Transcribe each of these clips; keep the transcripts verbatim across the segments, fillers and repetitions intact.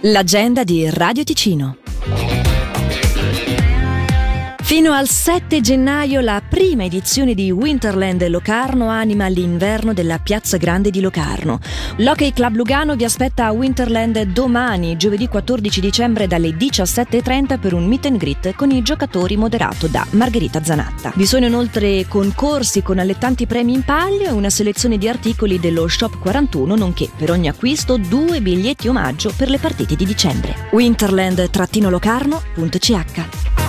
L'agenda di Radio Ticino. Fino al sette gennaio la prima edizione di Winterland Locarno anima l'inverno della Piazza Grande di Locarno. L'Hockey Club Lugano vi aspetta a Winterland domani, giovedì quattordici dicembre dalle diciassette e trenta per un meet and greet con i giocatori moderato da Margherita Zanatta. Vi sono inoltre concorsi con allettanti premi in palio e una selezione di articoli dello Shop quarantuno, nonché per ogni acquisto due biglietti omaggio per le partite di dicembre. winterland locarno punto c h.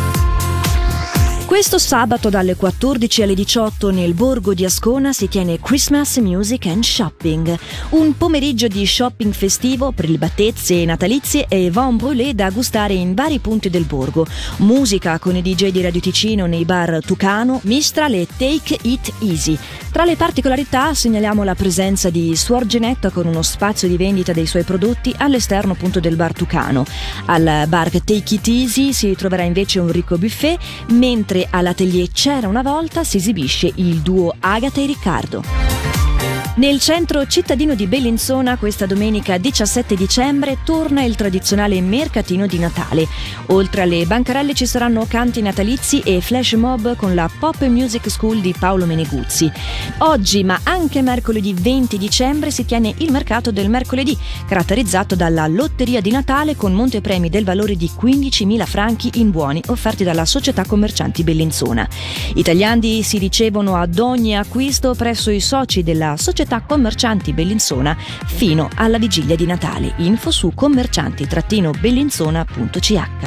Questo sabato dalle quattordici alle diciotto nel borgo di Ascona si tiene Christmas Music and Shopping, un pomeriggio di shopping festivo, prelibatezze natalizie e vin brûlé da gustare in vari punti del borgo. Musica con i D J di Radio Ticino nei bar Tucano, Mistral e Take It Easy. Tra le particolarità segnaliamo la presenza di Suor Genetta con uno spazio di vendita dei suoi prodotti all'esterno appunto del bar Tucano. Al bar Take It Easy si troverà invece un ricco buffet, mentre all'atelier C'era una volta si esibisce il duo Agata e Riccardo. Nel centro cittadino di Bellinzona questa domenica diciassette dicembre torna il tradizionale mercatino di Natale. Oltre alle bancarelle ci saranno canti natalizi e flash mob con la Pop Music School di Paolo Meneguzzi. Oggi, ma anche mercoledì venti dicembre, si tiene il mercato del mercoledì, caratterizzato dalla lotteria di Natale con montepremi del valore di quindicimila franchi in buoni offerti dalla Società Commercianti Bellinzona. I tagliandi si ricevono ad ogni acquisto presso i soci della Società Commercianti Bellinzona fino alla vigilia di Natale. Info su commercianti bellinzona punto c h.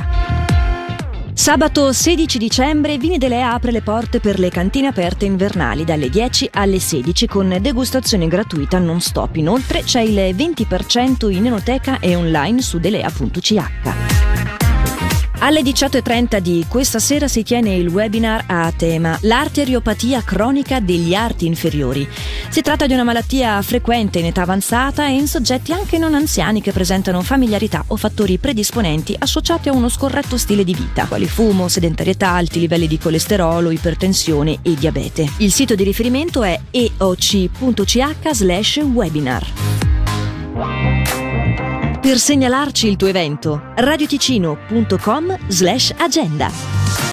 Sabato sedici dicembre Vini Delea apre le porte per le cantine aperte invernali dalle dieci alle sedici con degustazione gratuita non stop. Inoltre c'è il venti per cento in enoteca e online su delea punto c h. Alle diciotto e trenta di questa sera si tiene il webinar a tema l'arteriopatia cronica degli arti inferiori. Si tratta di una malattia frequente in età avanzata e in soggetti anche non anziani che presentano familiarità o fattori predisponenti associati a uno scorretto stile di vita, quali fumo, sedentarietà, alti livelli di colesterolo, ipertensione e diabete. Il sito di riferimento è e o c punto c h slash webinar. Per segnalarci il tuo evento, radioticino punto com slash agenda.